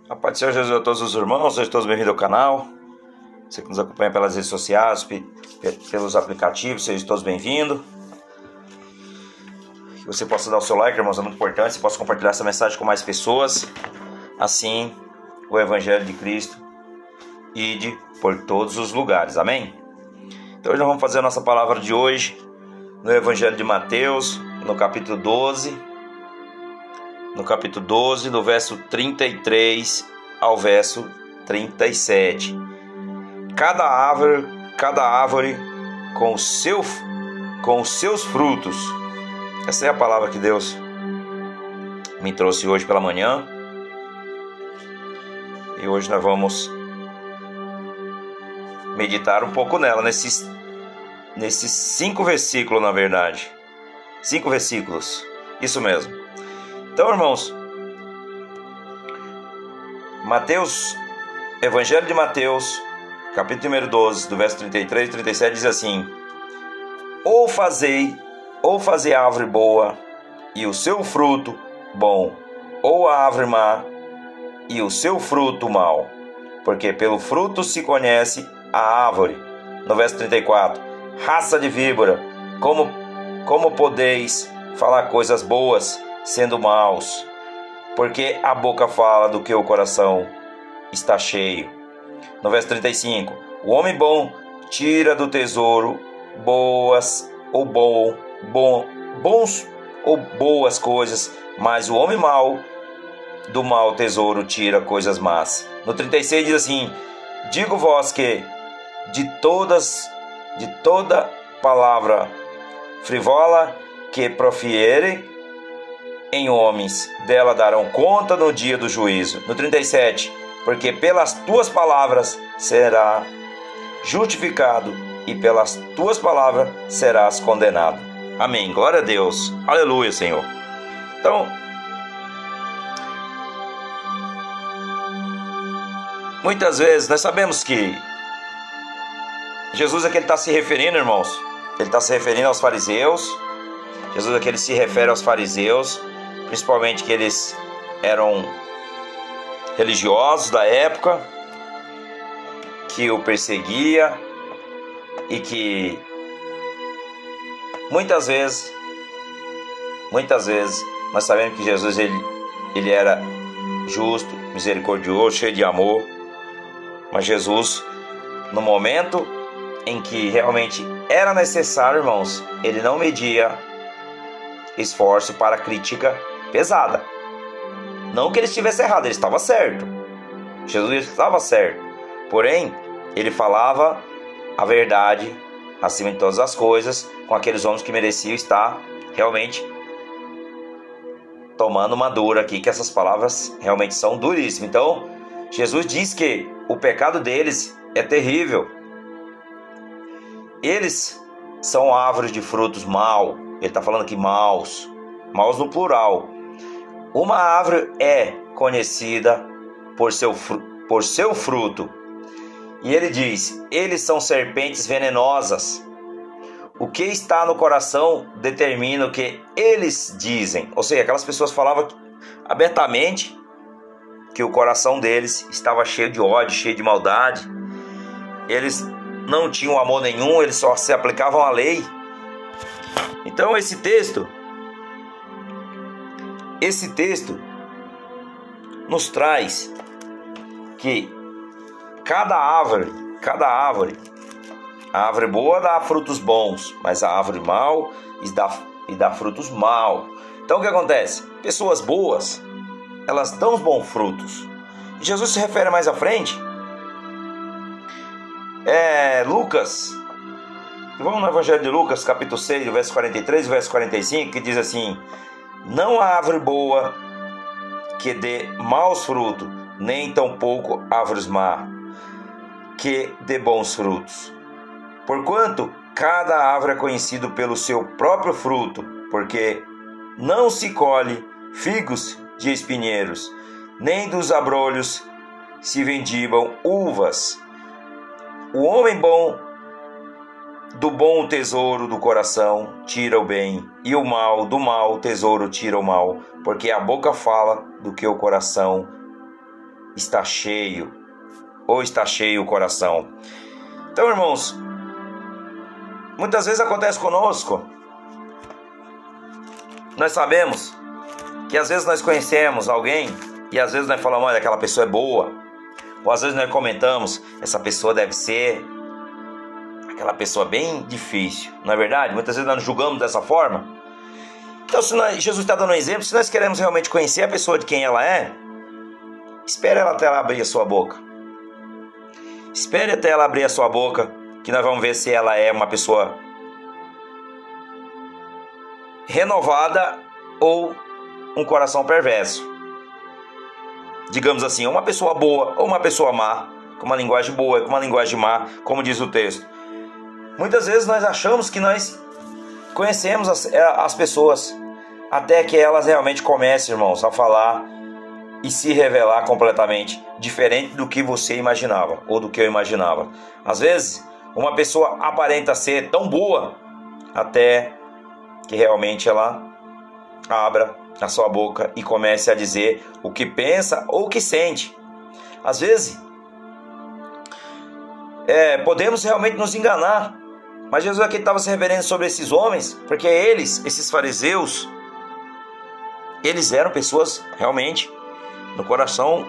A paz do Senhor Jesus a todos os irmãos, sejam todos bem-vindos ao canal. Você que nos acompanha pelas redes sociais, pelos aplicativos, sejam todos bem-vindos. Que você possa dar o seu like, irmãos, é muito importante. Você possa compartilhar essa mensagem com mais pessoas. Assim, o Evangelho de Cristo ide por todos os lugares. Amém? Então, hoje nós vamos fazer a nossa palavra de hoje no Evangelho de Mateus, no capítulo 12. No verso 33 ao verso 37. Cada árvore com os seus frutos. Essa é a palavra que Deus me trouxe hoje pela manhã. E hoje nós vamos meditar um pouco nela, nesses 5 versículos, na verdade. 5 versículos, isso mesmo. Então, irmãos, Evangelho de Mateus, capítulo número 12, do verso 33 e 37, diz assim: Ou fazei a árvore boa e o seu fruto bom, ou a árvore má e o seu fruto mau, porque pelo fruto se conhece a árvore. No verso 34, raça de víbora, como podeis falar coisas boas sendo maus? Porque a boca fala do que o coração está cheio. No verso 35, o homem bom tira do tesouro bons ou boas coisas, mas o homem mau do mau tesouro tira coisas más. No 36 diz assim: digo-vos que de toda palavra frivola que profierem em homens, dela darão conta no dia do juízo. No 37, porque pelas tuas palavras será justificado e pelas tuas palavras serás condenado. Amém. Glória a Deus. Aleluia, Senhor. Então, muitas vezes nós sabemos que Jesus aqui está se referindo, irmãos, ele está se referindo aos fariseus. Jesus aqui ele se refere aos fariseus, principalmente que eles eram religiosos da época, que o perseguia e que muitas vezes nós sabemos que Jesus ele era justo, misericordioso, cheio de amor, mas Jesus, no momento em que realmente era necessário, irmãos, ele não media esforço para crítica pesada. Não que ele estivesse errado, ele estava certo. Jesus estava certo. Porém, ele falava a verdade acima de todas as coisas com aqueles homens que mereciam estar realmente tomando uma dura aqui, que essas palavras realmente são duríssimas. Então, Jesus diz que o pecado deles é terrível. Eles são árvores de frutos maus. Ele está falando aqui maus no plural. Uma árvore é conhecida por seu fruto. E ele diz: eles são serpentes venenosas. O que está no coração determina o que eles dizem. Ou seja, aquelas pessoas falavam abertamente que o coração deles estava cheio de ódio, cheio de maldade. Eles não tinham amor nenhum, eles só se aplicavam à lei. Então esse texto nos traz que cada árvore, a árvore boa dá frutos bons, mas a árvore mau dá frutos maus. Então o que acontece? Pessoas boas, elas dão os bons frutos. E Jesus se refere mais à frente. Lucas, vamos no Evangelho de Lucas, capítulo 6, verso 43 e verso 45, que diz assim: não há árvore boa que dê maus frutos, nem tampouco árvores má que dê bons frutos. Porquanto cada árvore é conhecido pelo seu próprio fruto, porque não se colhe figos de espinheiros, nem dos abrolhos se vendibam uvas. O homem bom do bom tesouro do coração tira o bem, e o mal do mau tesouro tira o mal, porque a boca fala do que o coração está cheio, ou está cheio o coração. Então, irmãos, muitas vezes acontece conosco, nós sabemos que às vezes nós conhecemos alguém e às vezes nós falamos, olha, aquela pessoa é boa, ou às vezes nós comentamos, essa pessoa deve ser aquela pessoa bem difícil, não é verdade? Muitas vezes nós nos julgamos dessa forma. Então, Jesus está dando um exemplo, se nós queremos realmente conhecer a pessoa de quem ela é, espere ela até ela abrir a sua boca. Espere até ela abrir a sua boca, que nós vamos ver se ela é uma pessoa renovada ou um coração perverso. Digamos assim, uma pessoa boa ou uma pessoa má, com uma linguagem boa e com uma linguagem má, como diz o texto. Muitas vezes nós achamos que nós conhecemos as pessoas, até que elas realmente comecem, irmãos, a falar e se revelar completamente diferente do que você imaginava, ou do que eu imaginava. Às vezes, uma pessoa aparenta ser tão boa, até que realmente ela abra a sua boca e comece a dizer o que pensa ou o que sente. Às vezes, podemos realmente nos enganar, mas Jesus aqui estava se referindo sobre esses homens, porque esses fariseus, eles eram pessoas realmente no coração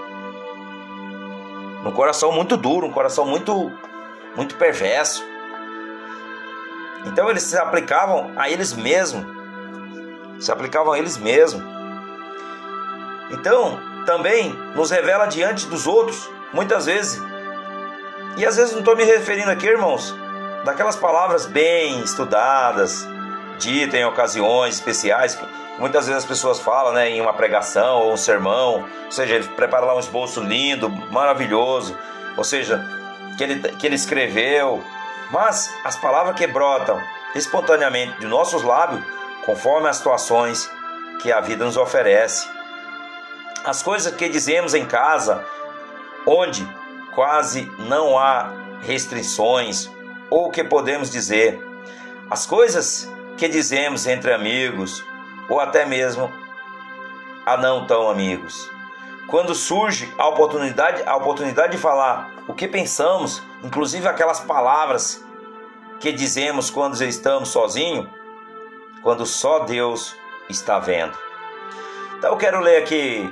muito duro, um coração muito perverso. Então eles se aplicavam a eles mesmos. Então também nos revela diante dos outros, muitas vezes. E às vezes não estou me referindo aqui, irmãos, daquelas palavras bem estudadas, ditas em ocasiões especiais, que muitas vezes as pessoas falam, né, em uma pregação ou um sermão, ou seja, ele prepara lá um esboço lindo, maravilhoso, ou seja, que ele escreveu, mas as palavras que brotam espontaneamente de nossos lábios, conforme as situações que a vida nos oferece. As coisas que dizemos em casa, onde quase não há restrições, ou que podemos dizer, as coisas que dizemos entre amigos, ou até mesmo a não tão amigos. Quando surge a oportunidade de falar o que pensamos, inclusive aquelas palavras que dizemos quando estamos sozinhos, quando só Deus está vendo. Então eu quero ler aqui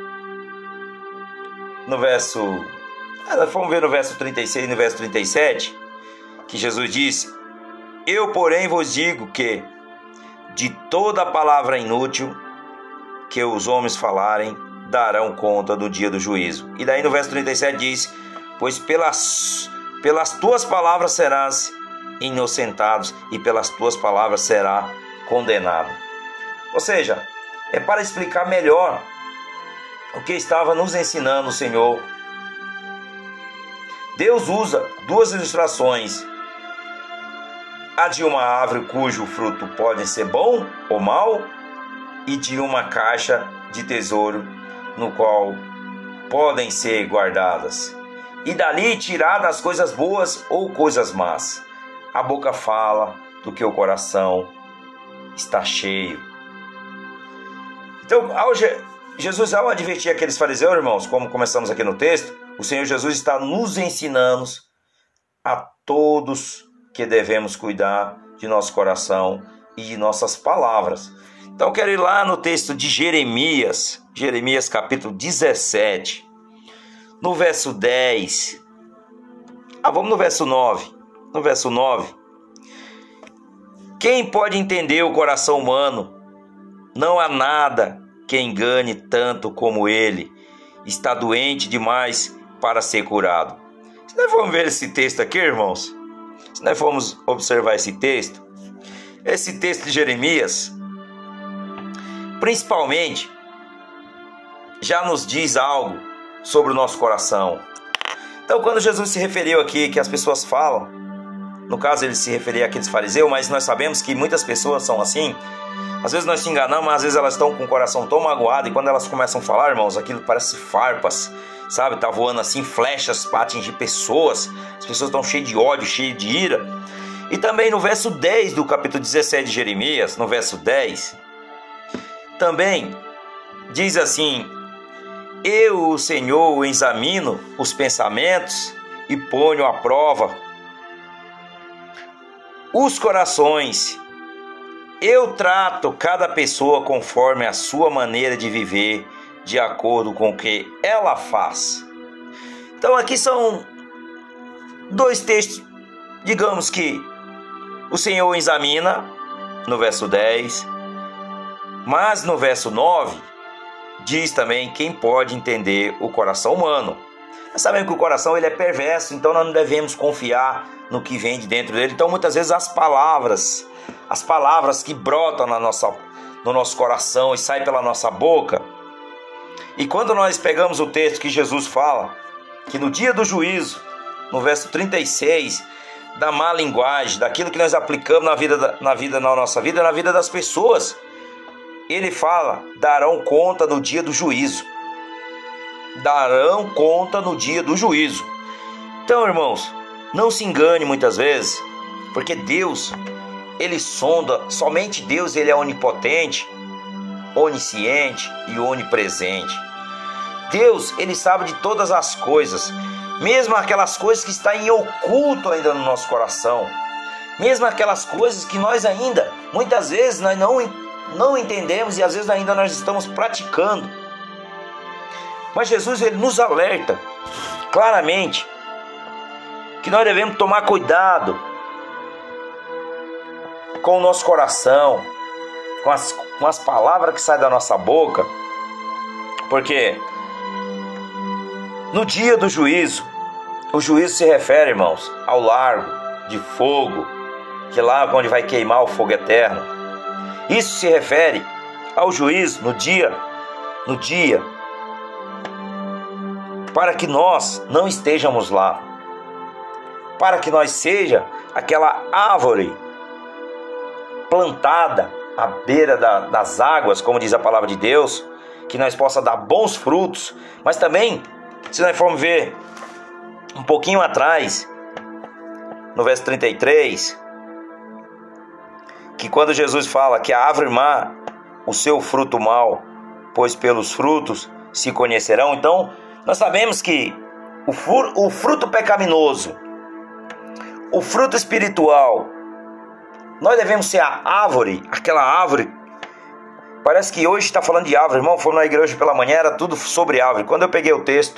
no verso, vamos ver no verso 36 e no verso 37, que Jesus disse: eu, porém, vos digo que de toda palavra inútil que os homens falarem, darão conta do dia do juízo. E daí no verso 37 diz: pois pelas tuas palavras serás inocentado, e pelas tuas palavras será condenado. Ou seja, é para explicar melhor o que estava nos ensinando o Senhor. Deus usa duas ilustrações: a de uma árvore cujo fruto pode ser bom ou mau, e de uma caixa de tesouro no qual podem ser guardadas, e dali tiradas coisas boas ou coisas más. A boca fala do que o coração está cheio. Então, Jesus, ao advertir aqueles fariseus, irmãos, como começamos aqui no texto, o Senhor Jesus está nos ensinando a todos que devemos cuidar de nosso coração e de nossas palavras. Então, eu quero ir lá no texto de Jeremias capítulo 17, no verso 10. Vamos no verso 9. No verso 9. Quem pode entender o coração humano? Não há nada que engane tanto como ele. Está doente demais para ser curado. Se nós formos ver esse texto aqui, irmãos, se nós formos observar esse texto de Jeremias, principalmente, já nos diz algo sobre o nosso coração. Então, quando Jesus se referiu aqui, que as pessoas falam, no caso ele se referia àqueles fariseus, mas nós sabemos que muitas pessoas são assim. Às vezes nós se enganamos, mas às vezes elas estão com o coração tão magoado, e quando elas começam a falar, irmãos, aquilo parece farpas, sabe? Tá voando assim flechas para atingir pessoas. As pessoas estão cheias de ódio, cheias de ira. E também no verso 10 do capítulo 17 de Jeremias, no verso 10, também diz assim: Eu, o Senhor, examino os pensamentos e ponho à prova os corações. Eu trato cada pessoa conforme a sua maneira de viver, de acordo com o que ela faz. Então aqui são dois textos, digamos que o Senhor examina, no verso 10, mas no verso 9, diz também quem pode entender o coração humano. Nós sabemos que o coração ele é perverso, então nós não devemos confiar no que vem de dentro dele. Então muitas vezes as palavras que brotam no nosso coração e saem pela nossa boca. E quando nós pegamos o texto que Jesus fala, que no dia do juízo, no verso 36, da má linguagem, daquilo que nós aplicamos na nossa vida, na vida das pessoas, ele fala, darão conta no dia do juízo. Darão conta no dia do juízo. Então, irmãos, não se engane muitas vezes, porque Deus, ele sonda, somente Deus ele é onipotente, onisciente e onipresente. Deus, ele sabe de todas as coisas, mesmo aquelas coisas que estão em oculto ainda no nosso coração, mesmo aquelas coisas que nós ainda, muitas vezes, nós não entendemos e às vezes ainda nós estamos praticando. Mas Jesus, ele nos alerta claramente que nós devemos tomar cuidado com o nosso coração, com as palavras que saem da nossa boca, porque no dia do juízo, o juízo se refere, irmãos, ao lago de fogo, que é lá onde vai queimar o fogo eterno. Isso se refere ao juízo no dia, para que nós não estejamos lá, para que nós seja aquela árvore plantada à beira das águas, como diz a palavra de Deus, que nós possa dar bons frutos. Mas também, se nós formos ver um pouquinho atrás, no verso 33, que quando Jesus fala que a árvore má, o seu fruto mau, pois pelos frutos se conhecerão. Então, nós sabemos que o fruto pecaminoso, o fruto espiritual, nós devemos ser a árvore, aquela árvore. Parece que hoje está falando de árvore, irmão. Fomos na igreja pela manhã, era tudo sobre árvore. Quando eu peguei o texto,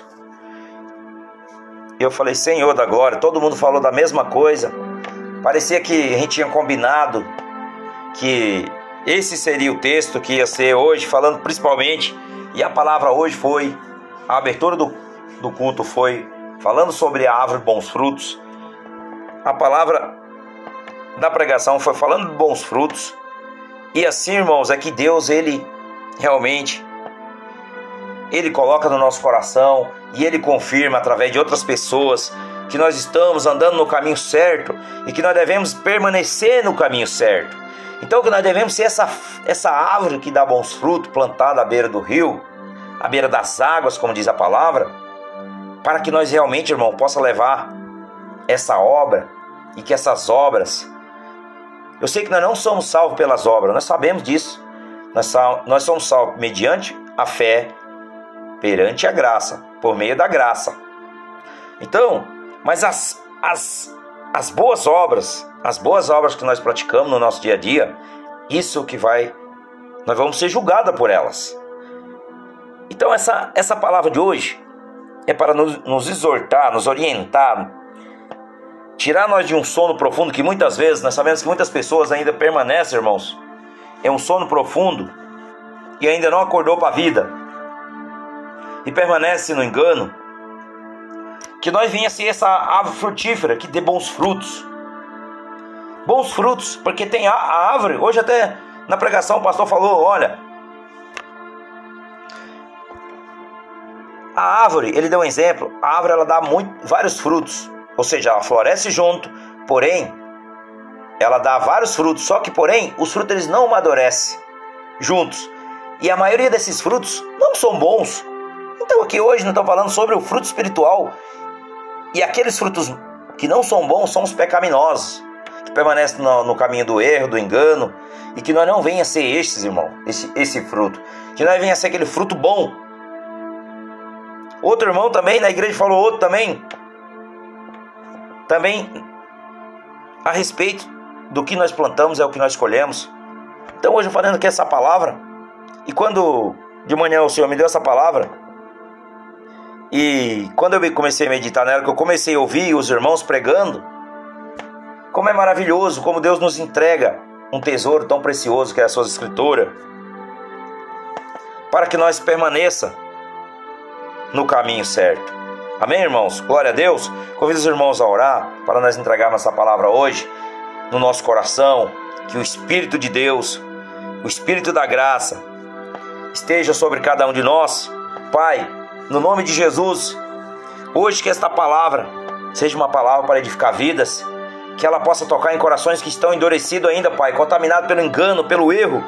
eu falei, Senhor da glória, todo mundo falou da mesma coisa. Parecia que a gente tinha combinado que esse seria o texto que ia ser hoje, falando principalmente, e a palavra hoje foi, a abertura do culto foi falando sobre a árvore bons frutos. A palavra da pregação foi falando de bons frutos. E assim, irmãos, é que Deus, ele realmente, ele coloca no nosso coração e ele confirma através de outras pessoas que nós estamos andando no caminho certo e que nós devemos permanecer no caminho certo. Então que nós devemos ser essa árvore que dá bons frutos, plantada à beira do rio, à beira das águas, como diz a palavra, para que nós realmente, irmão, possa levar essa obra e que essas obras... Eu sei que nós não somos salvos pelas obras, nós sabemos disso. Nós somos salvos mediante a fé, perante a graça, por meio da graça. Então, mas as boas obras que nós praticamos no nosso dia a dia, isso que nós vamos ser julgados por elas. Então essa palavra de hoje é para nos exortar, nos orientar, tirar nós de um sono profundo que muitas vezes, nós sabemos que muitas pessoas ainda permanecem, irmãos, em um sono profundo e ainda não acordou para a vida e permanece no engano, que nós venha ser essa árvore frutífera que dê bons frutos, porque tem a árvore. Hoje até na pregação o pastor falou, olha, a árvore, ele deu um exemplo, a árvore ela dá vários frutos, ou seja, ela floresce junto, porém, ela dá vários frutos, só que, porém, os frutos eles não amadurecem juntos. E a maioria desses frutos não são bons. Então aqui hoje nós estamos falando sobre o fruto espiritual. E aqueles frutos que não são bons são os pecaminosos, que permanecem no caminho do erro, do engano. E que nós não venha ser estes, irmão, esse fruto. Que nós venha ser aquele fruto bom. Outro irmão também na igreja falou outro também a respeito do que nós plantamos é o que nós colhemos. Então hoje eu falando aqui essa palavra, e quando de manhã o Senhor me deu essa palavra, e quando eu comecei a meditar nela, que eu comecei a ouvir os irmãos pregando, como é maravilhoso, como Deus nos entrega um tesouro tão precioso que é a sua escritura, para que nós permaneça no caminho certo. Amém, irmãos? Glória a Deus. Convido os irmãos a orar para nós entregarmos essa palavra hoje no nosso coração, que o Espírito de Deus, o Espírito da graça esteja sobre cada um de nós. Pai, no nome de Jesus, hoje que esta palavra seja uma palavra para edificar vidas, que ela possa tocar em corações que estão endurecidos ainda, Pai, contaminados pelo engano, pelo erro,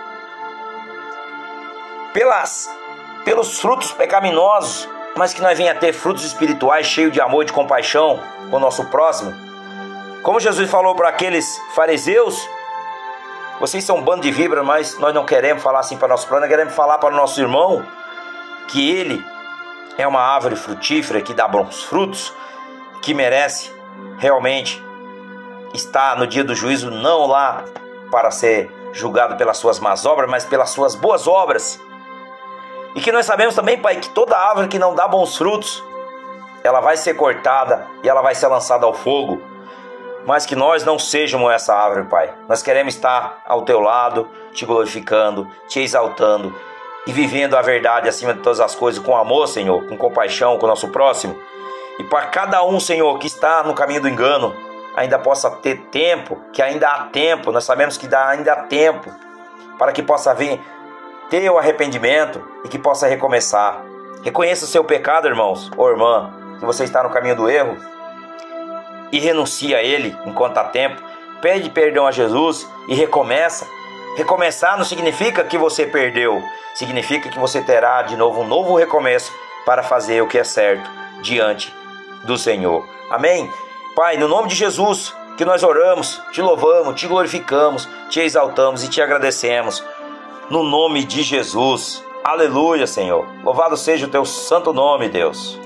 pelos frutos pecaminosos, mas que nós venha a ter frutos espirituais cheios de amor e de compaixão com o nosso próximo. Como Jesus falou para aqueles fariseus, vocês são um bando de víboras, mas nós não queremos falar assim para nosso próximo, nós queremos falar para o nosso irmão que ele é uma árvore frutífera, que dá bons frutos, que merece realmente estar no dia do juízo, não lá para ser julgado pelas suas más obras, mas pelas suas boas obras. E que nós sabemos também, Pai, que toda árvore que não dá bons frutos, ela vai ser cortada e ela vai ser lançada ao fogo. Mas que nós não sejamos essa árvore, Pai. Nós queremos estar ao Teu lado, Te glorificando, Te exaltando e vivendo a verdade acima de todas as coisas, com amor, Senhor, com compaixão com o nosso próximo. E para cada um, Senhor, que está no caminho do engano, ainda possa ter tempo, que ainda há tempo, nós sabemos que ainda há tempo, para que possa vir ter o arrependimento e que possa recomeçar. Reconheça o seu pecado, irmãos ou irmã, que você está no caminho do erro, e renuncie a ele enquanto há tempo. Pede perdão a Jesus e recomeça. Recomeçar não significa que você perdeu, significa que você terá de novo um novo recomeço para fazer o que é certo diante do Senhor. Amém? Pai, no nome de Jesus, que nós oramos, Te louvamos, Te glorificamos, Te exaltamos e Te agradecemos. No nome de Jesus. Aleluia, Senhor. Louvado seja o Teu santo nome, Deus.